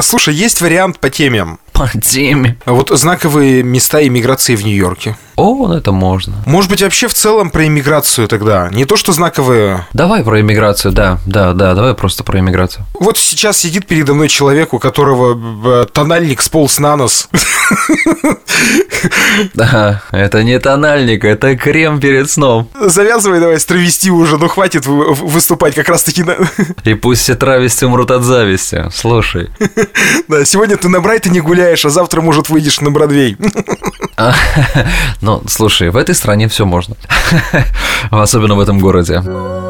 Слушай, есть вариант по теме. По теме. Вот знаковые места иммиграции в Нью-Йорке. О, ну это можно. Может быть, вообще в целом про иммиграцию тогда? Не то, что знаковые... Давай про иммиграцию, да, давай просто про иммиграцию. Вот сейчас сидит передо мной человек, у которого тональник сполз на нос. Да, это не тональник, это крем перед сном. Завязывай давай с травести уже, ну хватит выступать как раз-таки на... И пусть все травести умрут от зависти, слушай. Да, сегодня ты на Брайтоне гуляешь, а завтра, может, выйдешь на Бродвей. Ну, слушай, в этой стране все можно. Особенно в этом городе.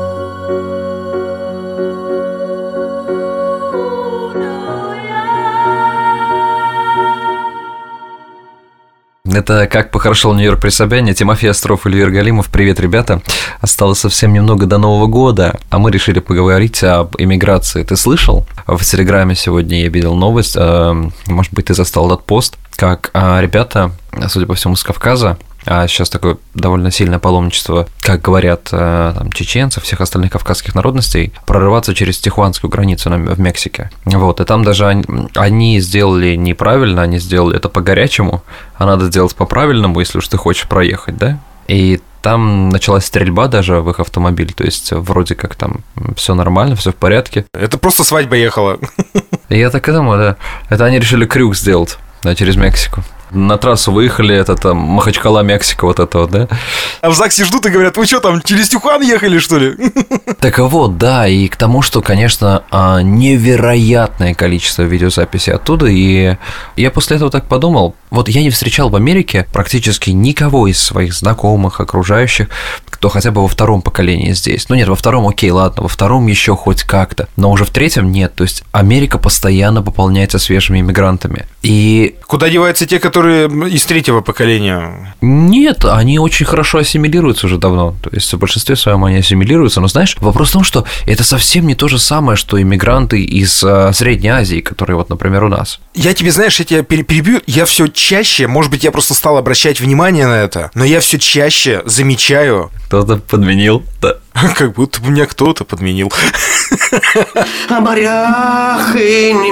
Это «Как похорошел Нью-Йорк при Собянине», Тимофей Остров, Эльвир Галимов. Привет, ребята. Осталось совсем немного до Нового года, а мы решили поговорить об иммиграции. Ты слышал? В Телеграме сегодня я видел новость, может быть, ты застал этот пост, как ребята, судя по всему, с Кавказа, а сейчас такое довольно сильное паломничество, как говорят там, чеченцев, всех остальных кавказских народностей, прорываться через Тихуанскую границу в Мексике. Вот, и там даже они сделали неправильно, они сделали это по-горячему, а надо сделать по-правильному, если уж ты хочешь проехать, да? И там началась стрельба даже в их автомобиль, то есть вроде как там все нормально, все в порядке. Это просто свадьба ехала. Я так и думаю, да. Это они решили крюк сделать, да, через Мексику. На трассу выехали, это там Махачкала, Мексика, вот это вот, да? А в ЗАГСе ждут и говорят, вы что там, через Тюхан ехали, что ли? Так вот, да, и к тому, что, конечно, невероятное количество видеозаписей оттуда, и я после этого так подумал, вот я не встречал в Америке практически никого из своих знакомых, окружающих, кто хотя бы во втором поколении здесь. Ну нет, во втором окей, ладно, во втором еще хоть как-то, но уже в третьем нет, то есть Америка постоянно пополняется свежими иммигрантами. И... Куда деваются те, которые из третьего поколения? Нет, они очень хорошо ассимилируются уже давно, то есть в большинстве своем они ассимилируются, но знаешь, вопрос в том, что это совсем не то же самое, что иммигранты из Средней Азии, которые вот, например, у нас. Я тебе, знаешь, я тебя перебью, я все чаще, может быть, я просто стал обращать внимание на это, но я все чаще замечаю... Кто-то подменил, да. Как будто бы меня кто-то подменил. О морях и не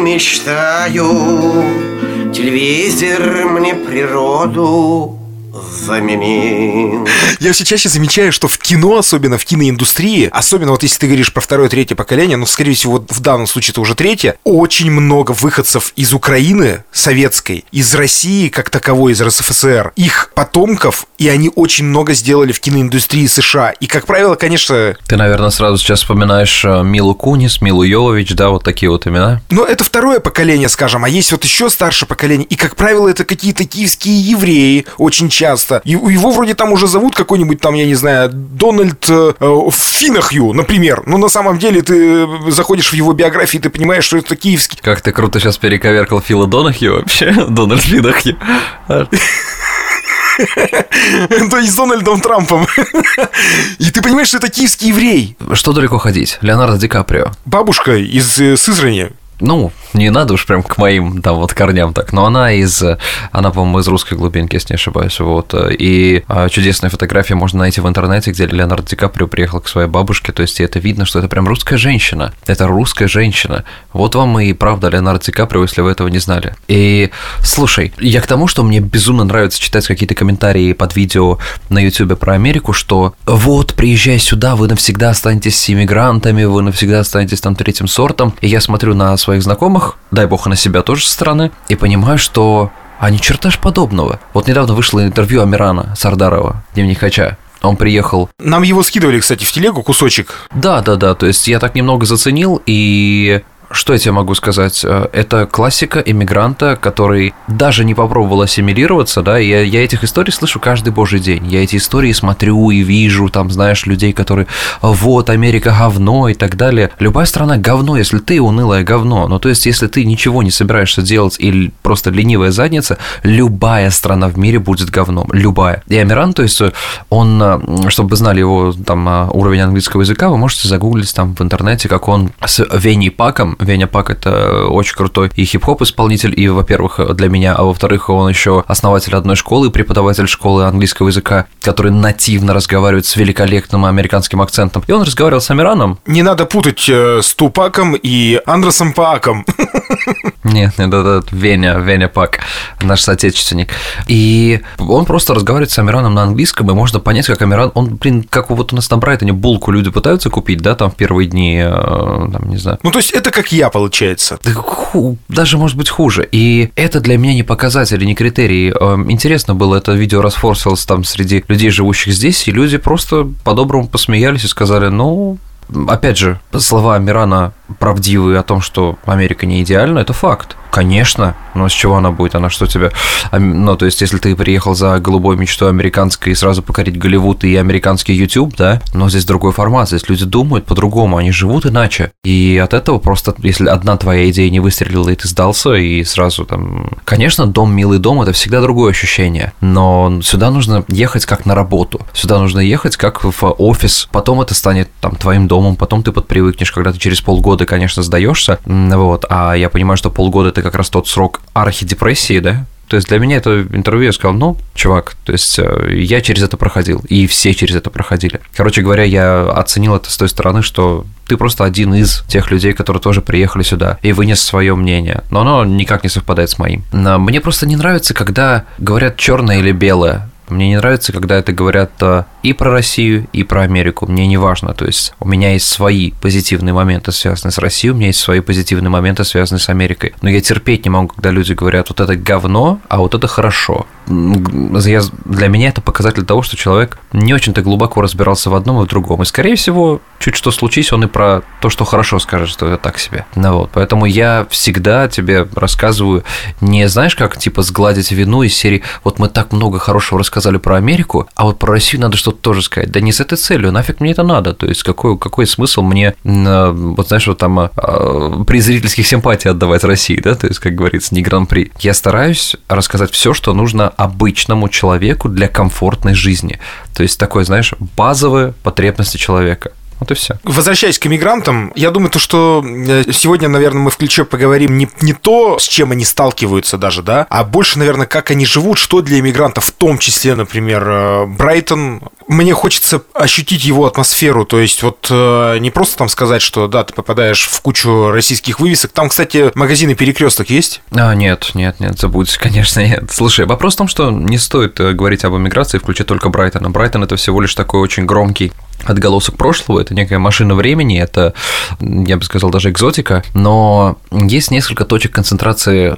мечтаю, телевизор мне природу заменил. Я все чаще замечаю, что в кино, особенно в киноиндустрии, особенно вот если ты говоришь про второе, третье поколение, ну, скорее всего, вот в данном случае это уже третье, очень много выходцев из Украины советской, из России как таковой, из РСФСР, их потомков, и они очень много сделали в киноиндустрии США. И, как правило, конечно... Ты, наверное, сразу сейчас вспоминаешь Милу Кунис, Милу Йовович, да, вот такие вот имена. Но это второе поколение, скажем, а есть вот еще старшее поколение, и, как правило, это какие-то киевские евреи очень часто. Его вроде там уже зовут какой-нибудь там, я не знаю, Дональд Финахью, например. Но на самом деле ты заходишь в его биографию, и ты понимаешь, что это киевский. Как ты круто сейчас перековеркал Фила Донахью вообще, Дональд Финахью. То есть с Дональдом Трампом. И ты понимаешь, что это киевский еврей. Что далеко ходить? Леонардо Ди Каприо. Бабушка из Сызрани. Ну, не надо уж прям к моим там вот корням так, но она, по-моему, из русской глубинки, если не ошибаюсь, вот, и чудесные фотографии можно найти в интернете, где Леонардо Ди Каприо приехал к своей бабушке, то есть это видно, что это прям русская женщина, вот вам и правда Леонардо Ди Каприо, если вы этого не знали. И, слушай, я к тому, что мне безумно нравится читать какие-то комментарии под видео на YouTube про Америку, что вот, приезжай сюда, вы навсегда останетесь иммигрантами, вы навсегда останетесь там третьим сортом, и я смотрю на своих знакомых, дай бог и на себя тоже со стороны, и понимаю, что ни черта ж подобного. Вот недавно вышло интервью Амирана Сардарова, «Дневник Хача». Он приехал... Нам его скидывали, кстати, в телегу, кусочек. Да, то есть я так немного заценил, и... Что я тебе могу сказать? Это классика иммигранта, который даже не попробовал ассимилироваться, да, я этих историй слышу каждый божий день, я эти истории смотрю и вижу, там, знаешь, людей, которые, вот, Америка говно и так далее. Любая страна говно, если ты унылое говно, ну, то есть, если ты ничего не собираешься делать или просто ленивая задница, любая страна в мире будет говном, любая. И Амиран, то есть, он, чтобы вы знали его, там, уровень английского языка, вы можете загуглить там в интернете, как он с Венни Паком, Веня Пак — это очень крутой и хип-хоп исполнитель, и, во-первых, для меня, а во-вторых, он еще основатель одной школы, преподаватель школы английского языка, который нативно разговаривает с великолепным американским акцентом. И он разговаривал с Амираном. Не надо путать с Тупаком и Андресом Пааком. Нет, это Веня Пак, наш соотечественник. И он просто разговаривает с Амираном на английском, и можно понять, как Амиран, он, как вот у нас на Брайтоне булку люди пытаются купить, да, там в первые дни, там, не знаю. Ну, то есть это как я, получается. Даже, может быть, хуже. И это для меня не показатель, не критерий. Интересно было, это видео расфорсилось там среди людей, живущих здесь, и люди просто по-доброму посмеялись и сказали, ну... Опять же, слова Амирана правдивые о том, что Америка не идеальна, это факт. Конечно, но с чего она будет? Она что тебе... Ну, то есть, если ты приехал за голубой мечтой американской и сразу покорить Голливуд и американский YouTube, да, но здесь другой формат, здесь люди думают по-другому, они живут иначе. И от этого просто, если одна твоя идея не выстрелила, и ты сдался, и сразу там... Конечно, дом, милый дом, это всегда другое ощущение, но сюда нужно ехать как на работу, сюда нужно ехать как в офис, потом это станет там твоим домом, потом ты подпривыкнешь, когда ты через полгода, конечно, сдаешься, вот, а я понимаю, что полгода — это как раз тот срок архидепрессии, да? То есть для меня это интервью, я сказал, ну, чувак, то есть я через это проходил, и все через это проходили. Короче говоря, я оценил это с той стороны, что ты просто один из тех людей, которые тоже приехали сюда и вынес свое мнение, но оно никак не совпадает с моим. Мне просто не нравится, когда говорят черное или белое. Мне не нравится, когда это говорят и про Россию, и про Америку. Мне не важно. То есть у меня есть свои позитивные моменты, связанные с Россией, у меня есть свои позитивные моменты, связанные с Америкой. Но я терпеть не могу, когда люди говорят, вот это говно, а вот это хорошо. Для меня это показатель того, что человек не очень-то глубоко разбирался в одном и в другом. И, скорее всего, чуть что случись, он и про то, что хорошо скажет, что это так себе. Ну вот, поэтому я всегда тебе рассказываю, не знаешь, как, типа, сгладить вину из серии, вот мы так много хорошего рассказали про Америку, а вот про Россию надо что-то тоже сказать. Да не с этой целью, нафиг мне это надо. То есть какой смысл мне, вот знаешь, вот там при зрительских симпатий отдавать России, да, то есть, как говорится, не гран-при. Я стараюсь рассказать все, что нужно обычному человеку для комфортной жизни. То есть такое, знаешь, базовые потребности человека. Вот и все. Возвращаясь к иммигрантам, я думаю, что сегодня, наверное, мы в ключе поговорим не то, с чем они сталкиваются даже, да, а больше, наверное, как они живут, что для иммигрантов, в том числе, например, Брайтон. Мне хочется ощутить его атмосферу, то есть вот не просто там сказать, что да, ты попадаешь в кучу российских вывесок. Там, кстати, магазины «Перекресток» есть? Нет, забудь, конечно, нет. Слушай, вопрос в том, что не стоит говорить об эмиграции в ключе только Брайтона. Брайтон — это всего лишь такой очень громкий отголосок прошлого, это некая машина времени, это, я бы сказал, даже экзотика, но есть несколько точек концентрации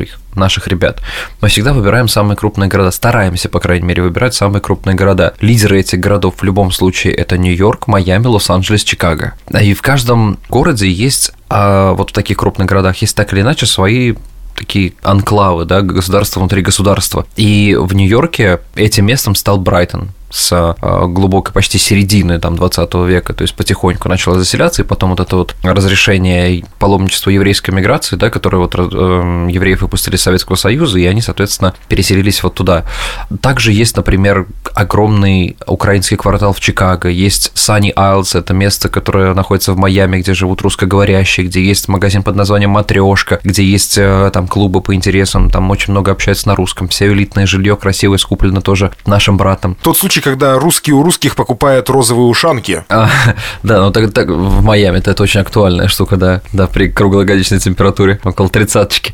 наших ребят. Мы всегда выбираем самые крупные города, стараемся, по крайней мере, выбирать самые крупные города. Лидеры этих городов в любом случае — это Нью-Йорк, Майами, Лос-Анджелес, Чикаго. И в каждом городе есть, вот в таких крупных городах, есть так или иначе свои такие анклавы, да, государства внутри государства. И в Нью-Йорке этим местом стал Брайтон с глубокой почти середины там 20 века, то есть потихоньку начало заселяться, и потом вот это вот разрешение паломничества еврейской миграции, да, которое вот евреев выпустили из Советского Союза, и они, соответственно, переселились вот туда. Также есть, например, огромный украинский квартал в Чикаго, есть Sunny Isles, это место, которое находится в Майами, где живут русскоговорящие, где есть магазин под названием «Матрешка», где есть там клубы по интересам, там очень много общаются на русском, все элитное жилье красивое скуплено тоже нашим братом. Тот случай, когда русские у русских покупают розовые ушанки. Да, ну так в Майами это очень актуальная штука, да, при круглогодичной температуре, около 30-очки.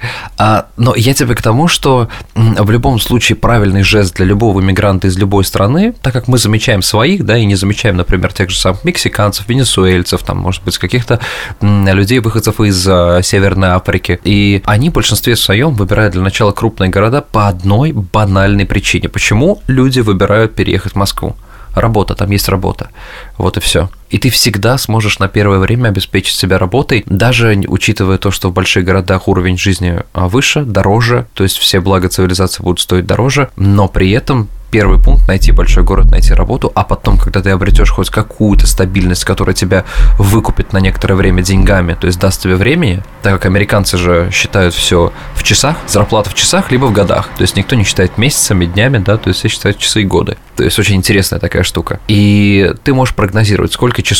Но я тебе к тому, что в любом случае правильный жест для любого иммигранта из любой страны, так как мы замечаем своих, да, и не замечаем, например, тех же самых мексиканцев, венесуэльцев, там, может быть, каких-то людей, выходцев из Северной Африки, и они в большинстве своем выбирают для начала крупные города по одной банальной причине. Почему люди выбирают переехать в Москву? Работа, там есть работа. Вот и все. И ты всегда сможешь на первое время обеспечить себя работой, даже учитывая то, что в больших городах уровень жизни выше, дороже, то есть все блага цивилизации будут стоить дороже, но при этом первый пункт — найти большой город, найти работу, а потом, когда ты обретешь хоть какую-то стабильность, которая тебя выкупит на некоторое время деньгами, то есть даст тебе времени, так как американцы же считают все в часах, зарплата в часах, либо в годах, то есть никто не считает месяцами, днями, да, то есть все считают часы и годы. То есть очень интересная такая штука. И ты можешь прогнозировать, сколько часов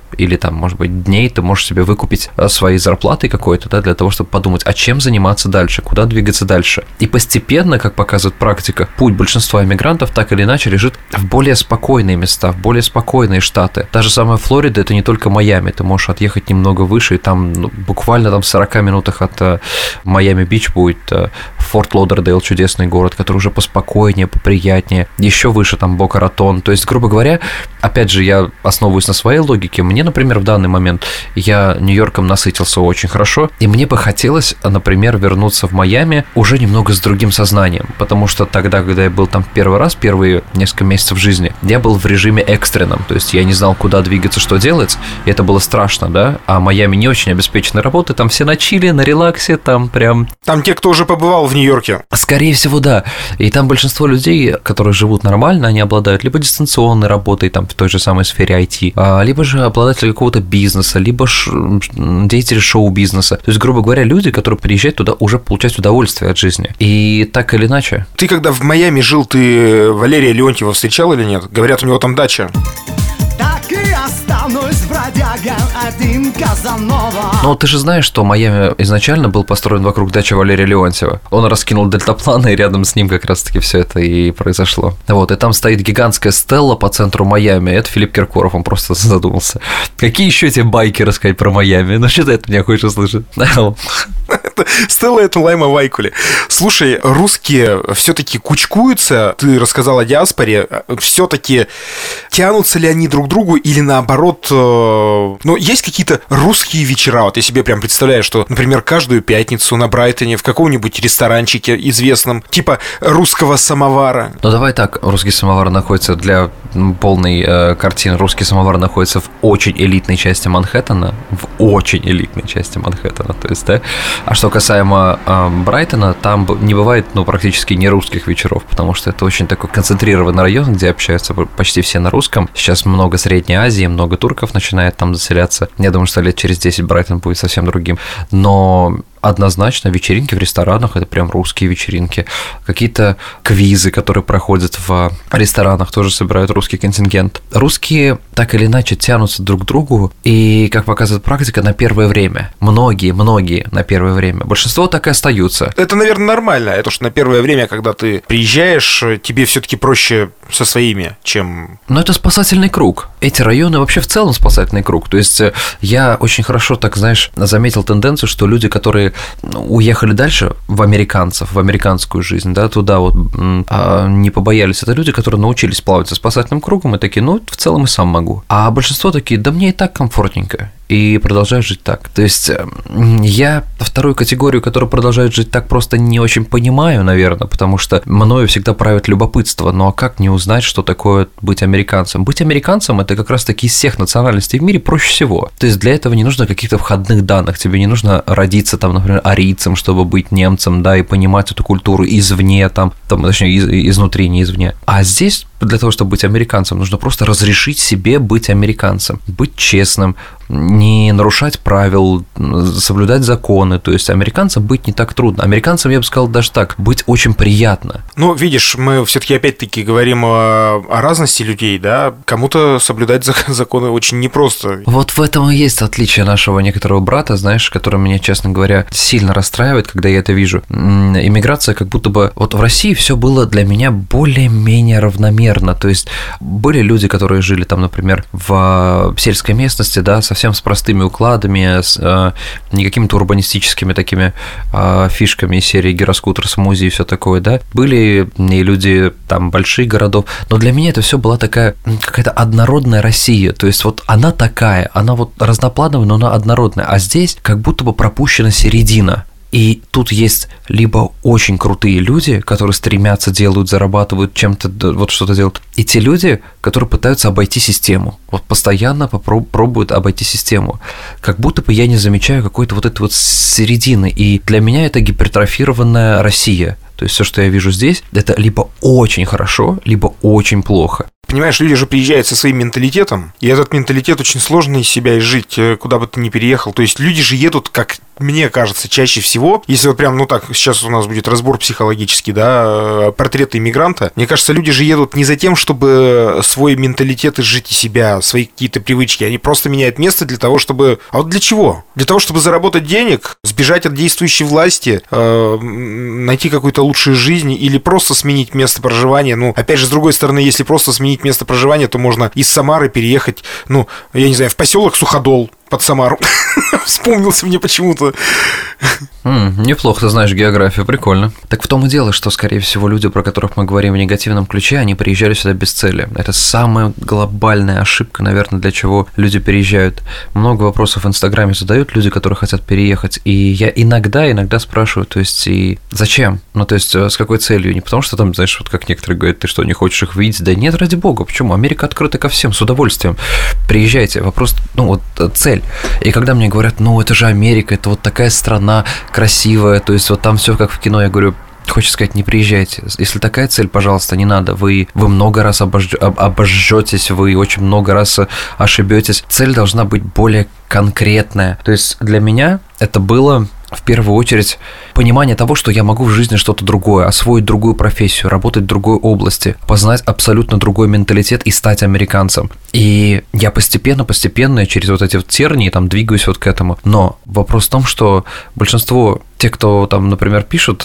или там, может быть, дней ты можешь себе выкупить своей зарплатой какой-то, да, для того, чтобы подумать, а чем заниматься дальше, куда двигаться дальше. И постепенно, как показывает практика, путь большинства иммигрантов так или иначе лежит в более спокойные места, в более спокойные штаты. Та же самая Флорида – это не только Майами, ты можешь отъехать немного выше, и там буквально там в 40 минутах от Майами-Бич будет Форт Лодердейл, чудесный город, который уже поспокойнее, поприятнее, еще выше там Бока-Ратон. То есть, грубо говоря, опять же, я основываюсь на своей логике. Мне, например, в данный момент я Нью-Йорком насытился очень хорошо, и мне бы хотелось, например, вернуться в Майами уже немного с другим сознанием, потому что тогда, когда я был там первый раз, первые несколько месяцев жизни, я был в режиме экстренном, то есть я не знал, куда двигаться, что делать, и это было страшно, да, а Майами не очень обеспеченной работы, там все на чиле, на релаксе, там прям... Там те, кто уже побывал в Нью-Йорке. Скорее всего, да, и там большинство людей, которые живут нормально, они обладают либо дистанционной работой, там, в той же самой сфере IT, либо же обладатели какого-то бизнеса, либо деятели шоу-бизнеса, то есть, грубо говоря, люди, которые приезжают туда уже получать удовольствие от жизни, и так или иначе. Ты когда в Майами жил, ты Валерия Леонтьева встречал или нет? Говорят, у него там дача. Но ты же знаешь, что Майами изначально был построен вокруг дачи Валерия Леонтьева. Он раскинул дельтапланы, и рядом с ним как раз-таки все это и произошло. Вот, и там стоит гигантская стелла по центру Майами. Это Филипп Киркоров, он просто задумался. Какие еще тебе байки рассказать про Майами? Ну, что ты от меня хочешь услышать? Стелла — это Лайма Вайкули. Слушай, русские все-таки кучкуются, ты рассказал о диаспоре, все-таки тянутся ли они друг к другу или наоборот, ну, есть какие-то русские вечера, вот я себе прям представляю, что, например, каждую пятницу на Брайтоне в каком-нибудь ресторанчике известном, типа русского самовара. Ну, давай так, русский самовар находится для полной картины, русский самовар находится в очень элитной части Манхэттена, то есть, да, а что касаемо Брайтона, там не бывает, ну, практически не русских вечеров, потому что это очень такой концентрированный район, где общаются почти все на русском. Сейчас много Средней Азии, много турков начинает там заселяться. Я думаю, что лет через 10 Брайтон будет совсем другим. Но однозначно вечеринки в ресторанах – это прям русские вечеринки. Какие-то квизы, которые проходят в ресторанах, тоже собирают русский контингент. Русские так или иначе тянутся друг к другу, и, как показывает практика, на первое время. Многие на первое время. Большинство так и остаются. Это, наверное, нормально. Это что на первое время, когда ты приезжаешь, тебе все-таки проще со своими, чем... Но это спасательный круг. Эти районы вообще в целом спасательный круг. То есть я очень хорошо, так знаешь, заметил тенденцию, что люди, которые уехали дальше в американцев, в американскую жизнь, да, туда вот не побоялись. Это люди, которые научились плавать со спасательным кругом и такие, ну, в целом и сам могу. А большинство такие, да мне и так комфортненько. И продолжают жить так. То есть я вторую категорию, которая продолжает жить так, просто не очень понимаю, наверное, потому что мною всегда правит любопытство. Ну а как не узнать, что такое быть американцем? Быть американцем – это как раз-таки из всех национальностей в мире проще всего. То есть для этого не нужно каких-то входных данных. Тебе не нужно родиться, там, например, арийцем, чтобы быть немцем, да, и понимать эту культуру извне, там точнее, изнутри, не извне. А здесь для того, чтобы быть американцем, нужно просто разрешить себе быть американцем, быть честным, не нарушать правил, соблюдать законы. То есть американцам быть не так трудно. Американцам, я бы сказал, даже так, быть очень приятно. Ну, видишь, мы все-таки опять-таки говорим о разности людей, да? Кому-то соблюдать законы очень непросто. Вот в этом и есть отличие нашего некоторого брата, знаешь, который меня, честно говоря, сильно расстраивает, когда я это вижу. Иммиграция как будто бы... Вот в России все было для меня более-менее равномерно. То есть были люди, которые жили там, например, в сельской местности, да, совсем с простыми укладами, с не какими-то урбанистическими такими фишками из серии гироскутер, смузи и все такое, да. Были и люди там больших городов, но для меня это все была такая какая-то однородная Россия. То есть вот она такая, она вот разноплановая, но она однородная. А здесь как будто бы пропущена середина. И тут есть либо очень крутые люди, которые стремятся, делают, зарабатывают, чем-то вот что-то делают, и те люди, которые пытаются обойти систему, вот постоянно пробуют обойти систему, как будто бы я не замечаю какой-то вот этой вот середины, и для меня это гипертрофированная Россия. То есть все, что я вижу здесь, это либо очень хорошо, либо очень плохо. Понимаешь, люди же приезжают со своим менталитетом, и этот менталитет очень сложно из себя изжить, куда бы ты ни переехал. То есть люди же едут как мне кажется, чаще всего, если вот прям, ну так, сейчас у нас будет разбор психологический, да, портреты иммигранта, мне кажется, люди же едут не за тем, чтобы свой менталитет изжить из себя, свои какие-то привычки, они просто меняют место для того, чтобы... А вот для чего? Для того, чтобы заработать денег, сбежать от действующей власти, найти какую-то лучшую жизнь или просто сменить место проживания. Ну, опять же, с другой стороны, если просто сменить место проживания, то можно из Самары переехать, ну, я не знаю, в поселок Суходол под Самару. Вспомнился мне почему-то. Неплохо ты знаешь географию, прикольно. Так в том и дело, что, скорее всего, люди, про которых мы говорим в негативном ключе, они приезжали сюда без цели. Это самая глобальная ошибка, наверное, для чего люди переезжают. Много вопросов в Инстаграме задают люди, которые хотят переехать, и я иногда спрашиваю, то есть, и зачем? Ну, то есть, с какой целью? Не потому что там, знаешь, вот как некоторые говорят, ты что, не хочешь их видеть? Да нет, ради бога, почему? Америка открыта ко всем, с удовольствием. Приезжайте, вопрос, ну, вот цель. И когда мне говорят, ну, это же Америка, это вот такая страна красивая, то есть вот там все как в кино, я говорю, хочется сказать, не приезжайте. Если такая цель, пожалуйста, не надо. Вы много раз обожжетесь, вы очень много раз ошибетесь. Цель должна быть более конкретная. То есть для меня это было в первую очередь понимание того, что я могу в жизни что-то другое, освоить другую профессию, работать в другой области, познать абсолютно другой менталитет и стать американцем. И я постепенно через вот эти вот тернии там двигаюсь вот к этому. Но вопрос в том, что большинство те, кто там, например, пишут,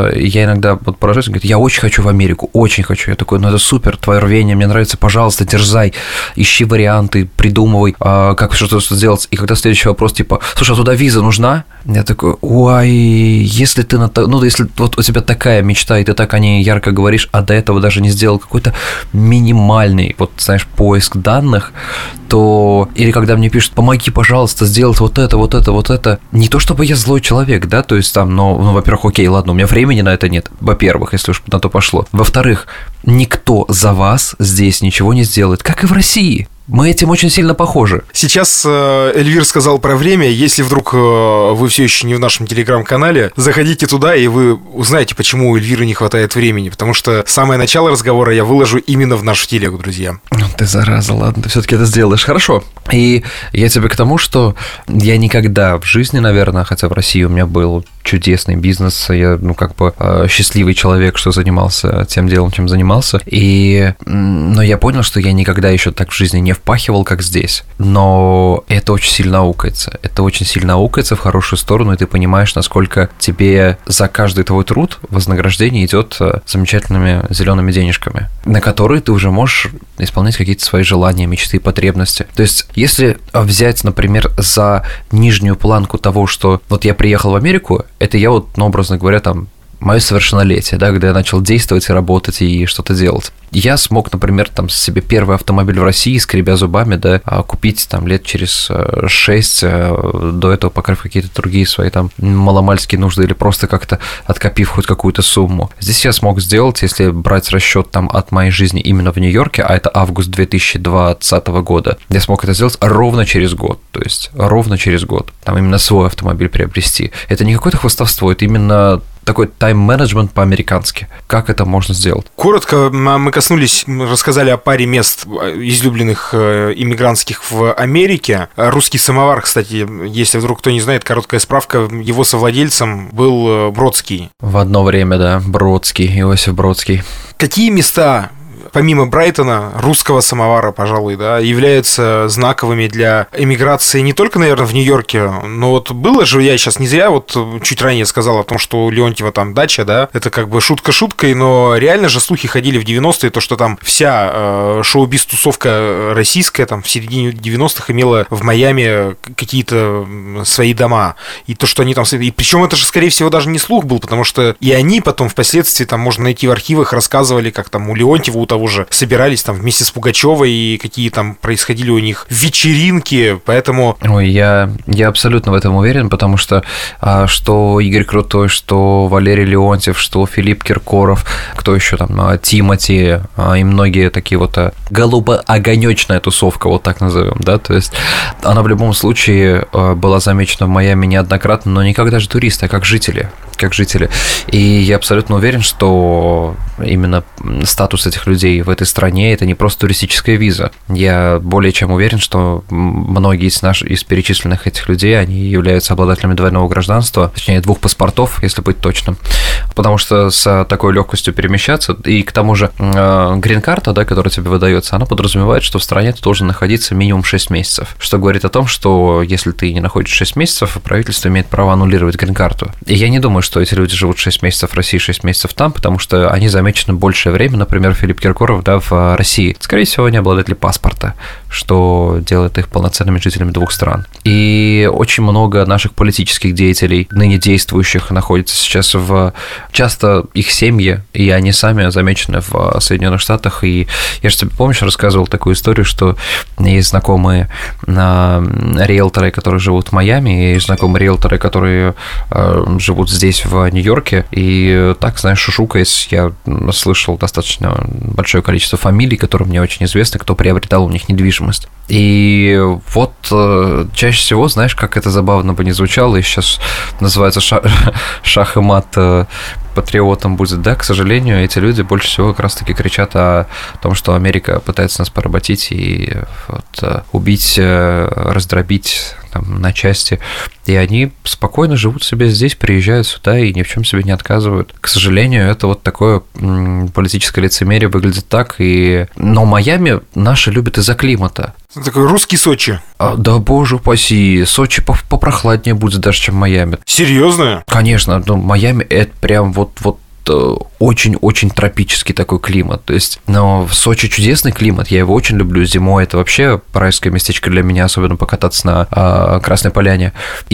я иногда вот поражаюсь, говорят, я очень хочу в Америку, очень хочу. Я такой, ну это супер, твое рвение, мне нравится, пожалуйста, дерзай, ищи варианты, придумывай, как что-то сделать. И когда следующий вопрос, типа, слушай, а туда виза нужна? Я такой, ой, если ты, ну, если вот у тебя такая мечта, и ты так о ней ярко говоришь, а до этого даже не сделал какой-то минимальный, вот, знаешь, поиск данных, то, или когда мне пишут, помоги, пожалуйста, сделать вот это, не то чтобы я злой человек, да, то есть там, ну, во-первых, окей, ладно, у меня времени на это нет, во-первых, если уж на то пошло, во-вторых, никто за вас здесь ничего не сделает, как и в России. Мы этим очень сильно похожи. Сейчас Эльвир сказал про время. Если вдруг вы все еще не в нашем телеграм-канале, заходите туда, и вы узнаете, почему у Эльвиры не хватает времени. Потому что самое начало разговора я выложу именно в нашу телегу, друзья. Ты зараза, ладно, ты все-таки это сделаешь. Хорошо. И я тебе к тому, что я никогда в жизни, наверное, хотя в России у меня был чудесный бизнес, я, ну, как бы счастливый человек, что занимался тем делом, чем занимался. Но я понял, что я никогда еще так в жизни не впахивал, как здесь. Но это очень сильно аукается. Это очень сильно аукается в хорошую сторону, и ты понимаешь, насколько тебе за каждый твой труд вознаграждение идет замечательными зелеными денежками, на которые ты уже можешь исполнять какие-то свои желания, мечты, потребности. То есть, если взять, например, за нижнюю планку того, что вот я приехал в Америку, это я вот, ну, образно говоря, там, мое совершеннолетие, да, когда я начал действовать и работать и что-то делать. Я смог, например, там себе первый автомобиль в России, скребя зубами, да, купить там лет через 6, до этого покрыв какие-то другие свои там маломальские нужды или просто как-то откопив хоть какую-то сумму. Здесь я смог сделать, если брать расчет там от моей жизни именно в Нью-Йорке, а это август 2020 года, я смог это сделать ровно через год, то есть ровно через год, там именно свой автомобиль приобрести. Это не какое-то хвастовство, это именно такой тайм-менеджмент по-американски. Как это можно сделать? Коротко мы рассказали о паре мест излюбленных иммигрантских в Америке. Русский самовар, кстати, если вдруг кто не знает, короткая справка, его совладельцем был Бродский. В одно время, да, Бродский, Иосиф Бродский. Какие места, помимо Брайтона, русского самовара, пожалуй, да, являются знаковыми для эмиграции не только, наверное, в Нью-Йорке, но вот было же, я сейчас не зря вот чуть ранее сказал о том, что у Леонтьева там дача, да, это как бы шутка шуткой, но реально же слухи ходили в 90-е, то, что там вся шоу-биз-тусовка российская там в середине 90-х имела в Майами какие-то свои дома, и то, что они там... И причем это же, скорее всего, даже не слух был, потому что и они потом впоследствии там можно найти в архивах, рассказывали, как там у Леонтьева, у того же собирались там вместе с Пугачевой, и какие там происходили у них вечеринки, поэтому... Ой, я абсолютно в этом уверен, потому что что Игорь Крутой, что Валерий Леонтьев, что Филипп Киркоров, кто еще там, Тимати и многие такие вот голубо-огонечная тусовка, вот так назовем, да, то есть она в любом случае была замечена в Майами неоднократно, но не как даже туристы, а как жители. И я абсолютно уверен, что именно статус этих людей в этой стране – это не просто туристическая виза. Я более чем уверен, что многие из перечисленных этих людей, они являются обладателями двойного гражданства, точнее, 2 паспортов, если быть точным. Потому что с такой легкостью перемещаться, и к тому же грин-карта, да, которая тебе выдается, она подразумевает, что в стране ты должен находиться минимум 6 месяцев, что говорит о том, что если ты не находишься 6 месяцев, правительство имеет право аннулировать грин-карту. И я не думаю, что эти люди живут 6 месяцев в России, 6 месяцев там, потому что они замечены большее время, например, Филипп Киркоров, да, в России. Скорее всего, они обладатели паспорта, что делает их полноценными жителями 2 стран. И очень много наших политических деятелей, ныне действующих, находится сейчас часто их семьи, и они сами замечены в Соединенных Штатах. И я же тебе, помнишь, рассказывал такую историю, что есть знакомые риэлторы, которые живут в Майами, и есть знакомые риэлторы, которые живут здесь, в Нью-Йорке. И так, знаешь, шушукаясь, я слышал достаточно большое количество фамилий, которые мне очень известны, кто приобретал у них недвижимость. И вот чаще всего, знаешь, как это забавно бы не звучало, и сейчас называется шах и мат патриотом будет, да, к сожалению, эти люди больше всего как раз-таки кричат о том, что Америка пытается нас поработить и вот, убить, раздробить там, на части, и они спокойно живут себе здесь, приезжают сюда и ни в чем себе не отказывают. К сожалению, это вот такое политическое лицемерие выглядит так, но Майами наши любят из-за климата. Такой русский Сочи. Да боже упаси, Сочи попрохладнее будет даже, чем Майами. Серьезно? Конечно, ну Майами это прям вот очень-очень тропический такой климат. То есть, но в Сочи чудесный климат, я его очень люблю. Зимой это вообще райское местечко для меня, особенно покататься на Красной Поляне.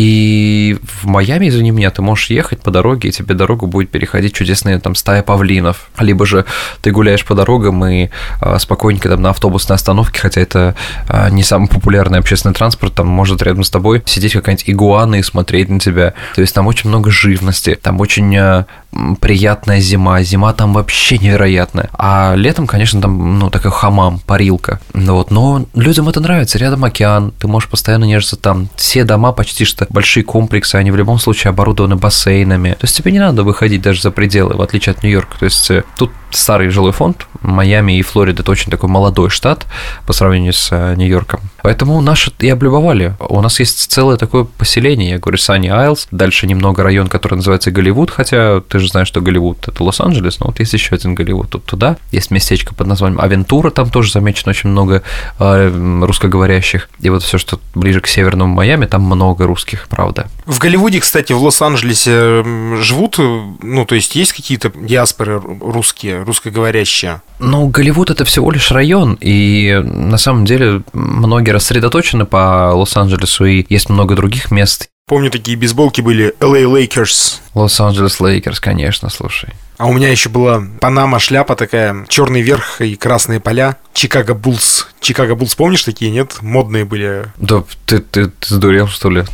И в Майами, извини меня, ты можешь ехать по дороге, и тебе дорогу будет переходить чудесная там стая павлинов. Либо же ты гуляешь по дорогам и спокойненько там на автобусной остановке, хотя это не самый популярный общественный транспорт, там может рядом с тобой сидеть какая-нибудь игуана и смотреть на тебя. То есть там очень много живности, там очень приятная зима. Зима там вообще невероятная. А летом, конечно, там, ну, такой хамам, парилка. Вот. Но людям это нравится. Рядом океан, ты можешь постоянно нежиться там. Все дома почти что большие комплексы, они в любом случае оборудованы бассейнами. То есть тебе не надо выходить даже за пределы, в отличие от Нью-Йорка. То есть тут старый жилой фонд. Майами и Флорида – это очень такой молодой штат по сравнению с Нью-Йорком. Поэтому наши и облюбовали. У нас есть целое такое поселение, я говорю, Санни Айлс. Дальше немного район, который называется Голливуд, хотя ты же знаешь, что Голливуд – это Лос-Анджелес, но вот есть еще один Голливуд. Тут туда есть местечко под названием Авентура, там тоже замечено очень много русскоговорящих. И вот все, что ближе к северному Майами, там много русских, правда. В Голливуде, кстати, в Лос-Анджелесе живут, ну, то есть есть какие-то диаспоры русские, русскоговорящие? Ну, Голливуд – это всего лишь район, и на самом деле многие рассредоточены по Лос-Анджелесу, и есть много других мест. Помню, такие бейсболки были LA Lakers. Лос-Анджелес Лейкерс, конечно, слушай. А у меня еще была Панама, шляпа такая, черный верх и красные поля. Чикаго Буллс. Чикаго Буллс, помнишь такие, нет? Модные были. Да, ты сдурел, что ли?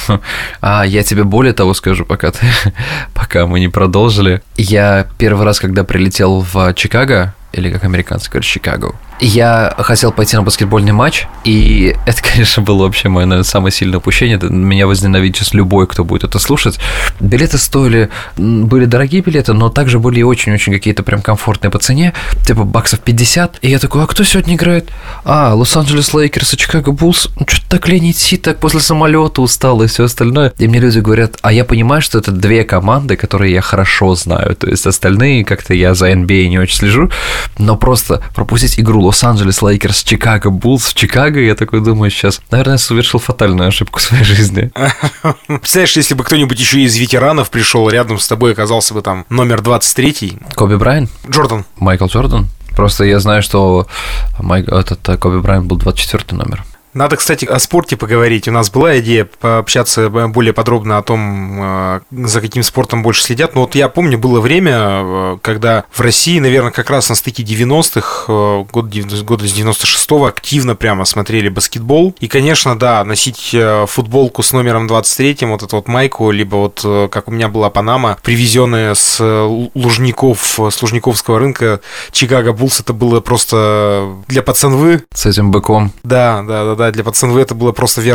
Я тебе более того скажу, пока мы не продолжили. Я первый раз, когда прилетел в Чикаго, или как американцы говорят, Чикаго, я хотел пойти на баскетбольный матч, и это, конечно, было вообще мое, наверное, самое сильное упущение. Меня возненавидит сейчас любой, кто будет это слушать. Билеты были дорогие билеты, но также были и очень-очень какие-то прям комфортные по цене, типа баксов 50. И я такой, а кто сегодня играет? Лос-Анджелес Лейкерс и Чикаго Буллс. Ну, что-то так лень идти, так после самолета устал и все остальное. И мне люди говорят, а я понимаю, что это 2 команды, которые я хорошо знаю. То есть остальные, как-то я за NBA не очень слежу, но просто пропустить игру Лос-Анджелес Лейкерс, Чикаго Буллс в Чикаго, я такой думаю сейчас, наверное, совершил фатальную ошибку в своей жизни. Представляешь, если бы кто-нибудь еще из ветеранов пришел рядом с тобой, оказался бы там номер 23. Коби Брайант? Джордан. Майкл Джордан? Просто я знаю, что Коби Брайант был 24 номер. Надо, кстати, о спорте поговорить. У нас была идея пообщаться более подробно о том, за каким спортом больше следят. Но вот я помню, было время, когда в России, наверное, как раз на стыке 90-х, года с 96-го, активно прямо смотрели баскетбол. И, конечно, да, носить футболку с номером 23-м, вот эту вот майку, либо вот, как у меня была Панама, привезенная с Лужников, с Лужниковского рынка, Чикаго Буллс, это было просто для пацанвы. С этим быком. Да, для пацанвы это было просто верхом.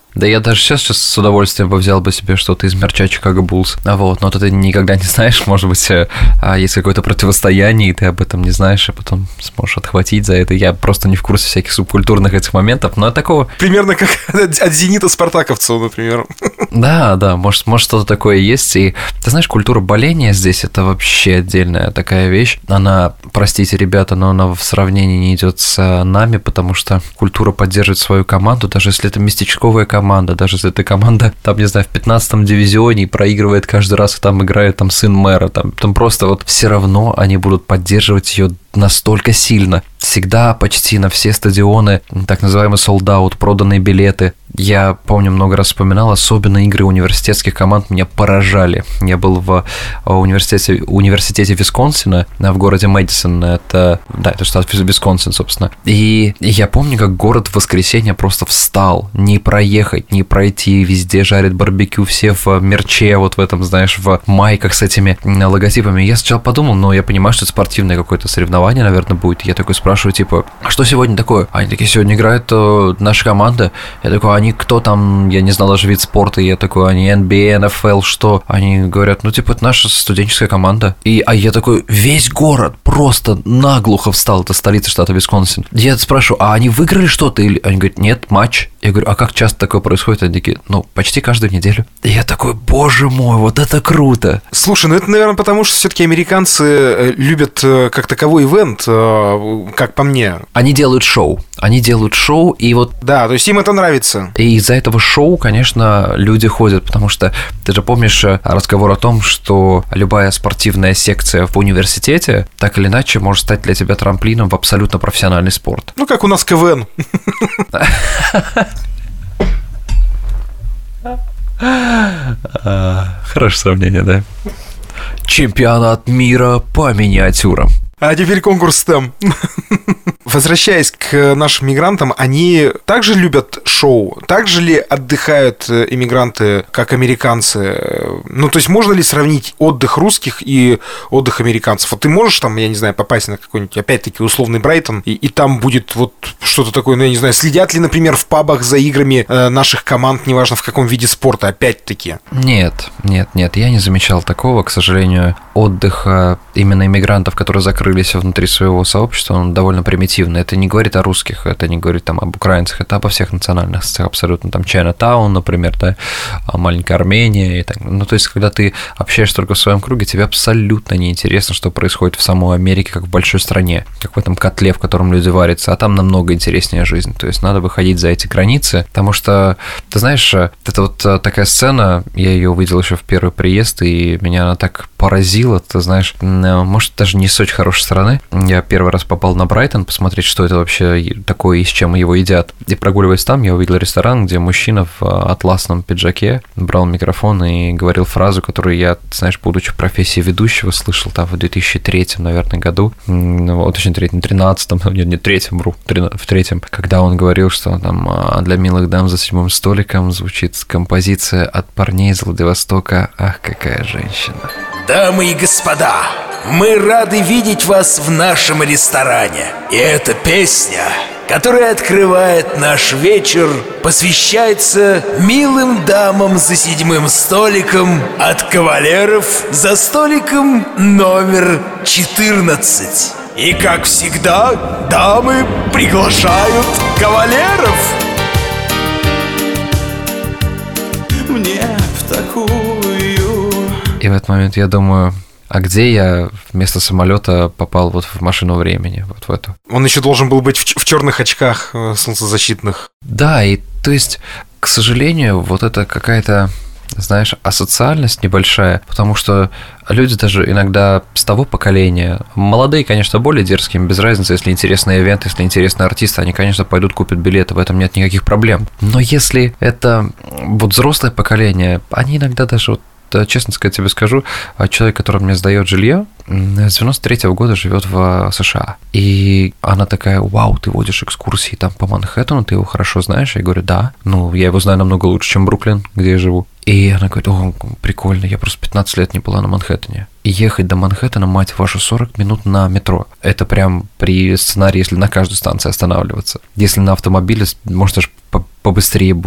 Да я даже сейчас с удовольствием бы взял бы себе что-то из мерча Chicago Bulls. Вот, но ты никогда не знаешь, может быть, есть какое-то противостояние, и ты об этом не знаешь, и потом сможешь отхватить за это. Я просто не в курсе всяких субкультурных этих моментов, но такого... Примерно как от «Зенита» спартаковцев, например. Да, может что-то такое есть, и ты знаешь, культура боления здесь — это вообще отдельная такая вещь. Она, простите, ребята, но она в сравнении не идет с нами, потому что культура поддерживает свою команду, даже если это местечковая команда, даже если эта команда, там, не знаю, в 15-м дивизионе и проигрывает каждый раз, и там играет там сын мэра, там просто вот все равно они будут поддерживать ее настолько сильно. Всегда почти на все стадионы, так называемый sold-out, проданные билеты. Я помню, много раз вспоминал, особенно игры университетских команд меня поражали. Я был в университете Висконсина в городе Мэдисон, это штат Висконсин, собственно. И я помню, как город в воскресенье просто встал, не проехать, не пройти, везде жарят барбекю, все в мерче, вот в этом, знаешь, в майках с этими логотипами. Я сначала подумал, я понимаю, что это спортивное какое-то соревнование, наверное, будет. Я такой спрашиваю, типа, а что сегодня такое? Они такие, сегодня играет наша команда. Я такой, они кто там? Я не знал даже вид спорта. Я такой, они NBA, NFL, что? Они говорят, это наша студенческая команда. А я такой, весь город просто наглухо встал. Это столица штата Висконсин. Я спрашиваю, а они выиграли что-то? Или они говорят, нет, матч. Я говорю, а как часто такое происходит? Они такие, почти каждую неделю. И я такой, боже мой, вот это круто. Слушай, это, наверное, потому что все-таки американцы любят как таковой ивент, как по мне. Они делают шоу, и вот... Да, то есть им это нравится. И из-за этого шоу, конечно, люди ходят, потому что ты же помнишь разговор о том, что любая спортивная секция в университете так или иначе может стать для тебя трамплином в абсолютно профессиональный спорт. Как у нас КВН. Хорошее сравнение, да. Чемпионат мира по миниатюрам. А теперь конкурс STEM. Возвращаясь к нашим мигрантам, они также любят шоу? Также ли отдыхают иммигранты, как американцы? То есть можно ли сравнить отдых русских и отдых американцев? Вот ты можешь там, я не знаю, попасть на какой-нибудь, опять-таки, условный Брайтон, и там будет вот что-то такое, я не знаю, следят ли, например, в пабах за играми наших команд, неважно в каком виде спорта, опять-таки? Нет, я не замечал такого, к сожалению. Отдых именно иммигрантов, которые закрылись внутри своего сообщества, он довольно примитивный. Это не говорит о русских, это не говорит об украинцах, это обо всех национальностях абсолютно. Там Чайна-таун, например, да, маленькая Армения. И так. То есть, когда ты общаешься только в своем круге, тебе абсолютно неинтересно, что происходит в самой Америке, как в большой стране, как в этом котле, в котором люди варятся, а там намного интереснее жизнь. То есть, надо выходить за эти границы, потому что, ты знаешь, это вот такая сцена, я ее увидел еще в первый приезд, и меня она так поразила, ты знаешь, может, даже не с очень хорошей стороны. Я первый раз попал на Брайтон, посмотреть, что это вообще такое и с чем его едят. И прогуливаясь там, я увидел ресторан, где мужчина в атласном пиджаке брал микрофон и говорил фразу, которую я, знаешь, будучи в профессии ведущего, слышал там в 2003, наверное, году, точнее, 13-м, не третьем, в третьем, когда он говорил, что там для милых дам за 7-м столиком звучит композиция от парней из Владивостока «Ах, какая женщина». Дамы и господа, мы рады видеть вас в нашем ресторане. И эта песня, которая открывает наш вечер, посвящается милым дамам за 7-м столиком от кавалеров за столиком номер 14. И как всегда, дамы приглашают кавалеров. Мне в такую... И в этот момент я думаю, а где я вместо самолета попал вот в машину времени, вот в эту? Он еще должен был быть в черных очках солнцезащитных. Да, и то есть, к сожалению, вот это какая-то, знаешь, асоциальность небольшая, потому что люди даже иногда с того поколения, молодые, конечно, более дерзкие, без разницы, если интересный ивент, если интересный артист, они, конечно, пойдут, купят билеты, в этом нет никаких проблем. Но если это вот взрослое поколение, они иногда даже вот, честно сказать, тебе скажу, человек, который мне сдает жилье, с 93-го года живет в США. И она такая: вау, ты водишь экскурсии там по Манхэттену, ты его хорошо знаешь? Я говорю, да. Я его знаю намного лучше, чем Бруклин, где я живу. И она говорит: о, прикольно, я просто 15 лет не была на Манхэттене. И ехать до Манхэттена, мать вашу, 40 минут на метро. Это прям при сценарии, если на каждой станции останавливаться. Если на автомобиле, может, даже побыстрее будет.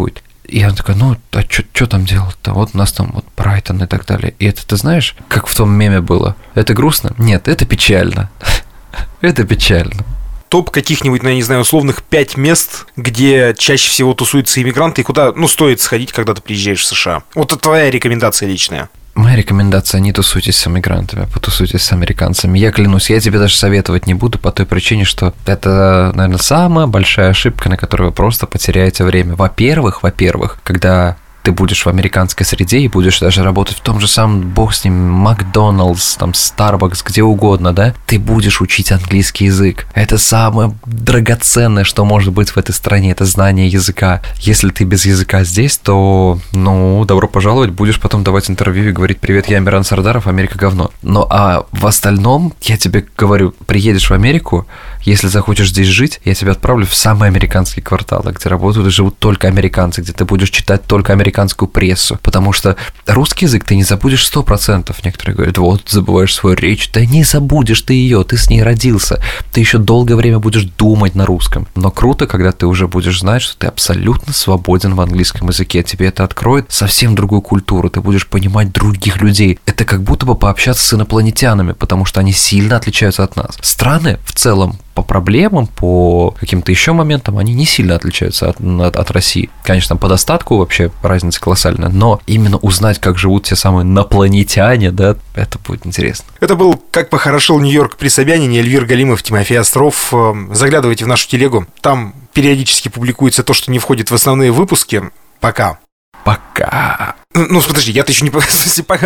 И она такая, ну, а что там делать-то? Вот у нас там вот Брайтон и так далее. И это, ты знаешь, как в том меме было? Это грустно? Нет, это печально. Это печально. Топ каких-нибудь, я не знаю, условных 5 мест, где чаще всего тусуются иммигранты, и куда, стоит сходить, когда ты приезжаешь в США. Вот это твоя рекомендация личная. Моя рекомендация: не тусуйтесь с иммигрантами, потусуйтесь с американцами. Я клянусь, я тебе даже советовать не буду по той причине, что это, наверное, самая большая ошибка, на которую вы просто потеряете время. Во-первых, когда ты будешь в американской среде и будешь даже работать в том же самом, бог с ним, Макдоналдс, там, Starbucks, где угодно, да, ты будешь учить английский язык. Это самое драгоценное, что может быть в этой стране, это знание языка. Если ты без языка здесь, то, добро пожаловать, будешь потом давать интервью и говорить: привет, я Амиран Сардаров, Америка говно. А в остальном, я тебе говорю, приедешь в Америку, если захочешь здесь жить, я тебя отправлю в самые американские кварталы, где работают и живут только американцы, где ты будешь читать только американскую прессу, потому что русский язык ты не забудешь 100%. Некоторые говорят: вот, забываешь свою речь. Да не забудешь ты ее, ты с ней родился, ты еще долгое время будешь думать на русском. Но круто, когда ты уже будешь знать, что ты абсолютно свободен в английском языке, тебе это откроет совсем другую культуру, ты будешь понимать других людей. Это как будто бы пообщаться с инопланетянами, потому что они сильно отличаются от нас. Страны в целом по проблемам, по каким-то еще моментам, они не сильно отличаются от России. Конечно, по достатку вообще разница колоссальная, но именно узнать, как живут те самые инопланетяне, да, это будет интересно. Это был «Как похорошел Нью-Йорк при Собянине», Эльвир Галимов, Тимофей Остров. Заглядывайте в нашу телегу, там периодически публикуется то, что не входит в основные выпуски. Пока. Пока. Подожди, я-то еще не... Пока.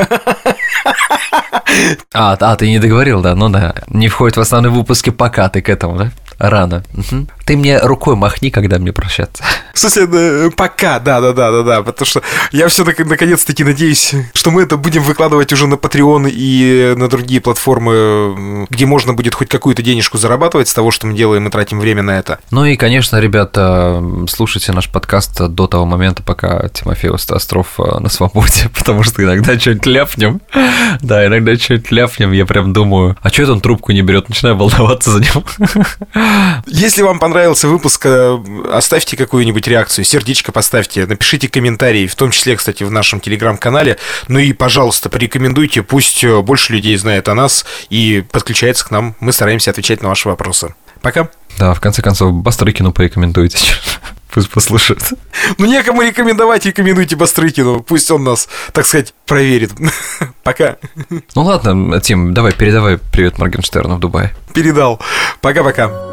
Ты не договорил, да? Ну да. Не входит в основные выпуски, пока ты к этому, да? Рано. Угу. Ты мне рукой махни, когда мне прощаться. В смысле, пока, да, потому что я все-таки наконец-таки надеюсь, что мы это будем выкладывать уже на Patreon и на другие платформы, где можно будет хоть какую-то денежку зарабатывать с того, что мы делаем и тратим время на это. Ну и, конечно, ребята, слушайте наш подкаст до того момента, пока Тимофей Остров на свободе, потому что иногда что-нибудь ляпнем. Да, иногда что-нибудь ляпнем, я прям думаю, а что это он трубку не берет, начинаю волноваться за него. Если вам понравился выпуск, оставьте какую-нибудь реакцию, сердечко поставьте, напишите комментарии, в том числе, кстати, в нашем телеграм-канале. Ну и, пожалуйста, порекомендуйте, пусть больше людей знает о нас и подключается к нам. Мы стараемся отвечать на ваши вопросы. Пока. Да, в конце концов, Бастрыкину порекомендуйте. Пусть послушает. Некому рекомендовать, рекомендуйте Бастрыкину. Пусть он нас, так сказать, проверит. Пока. Ну ладно, Тим, давай, передавай привет Моргенштерну в Дубае. Передал. Пока-пока.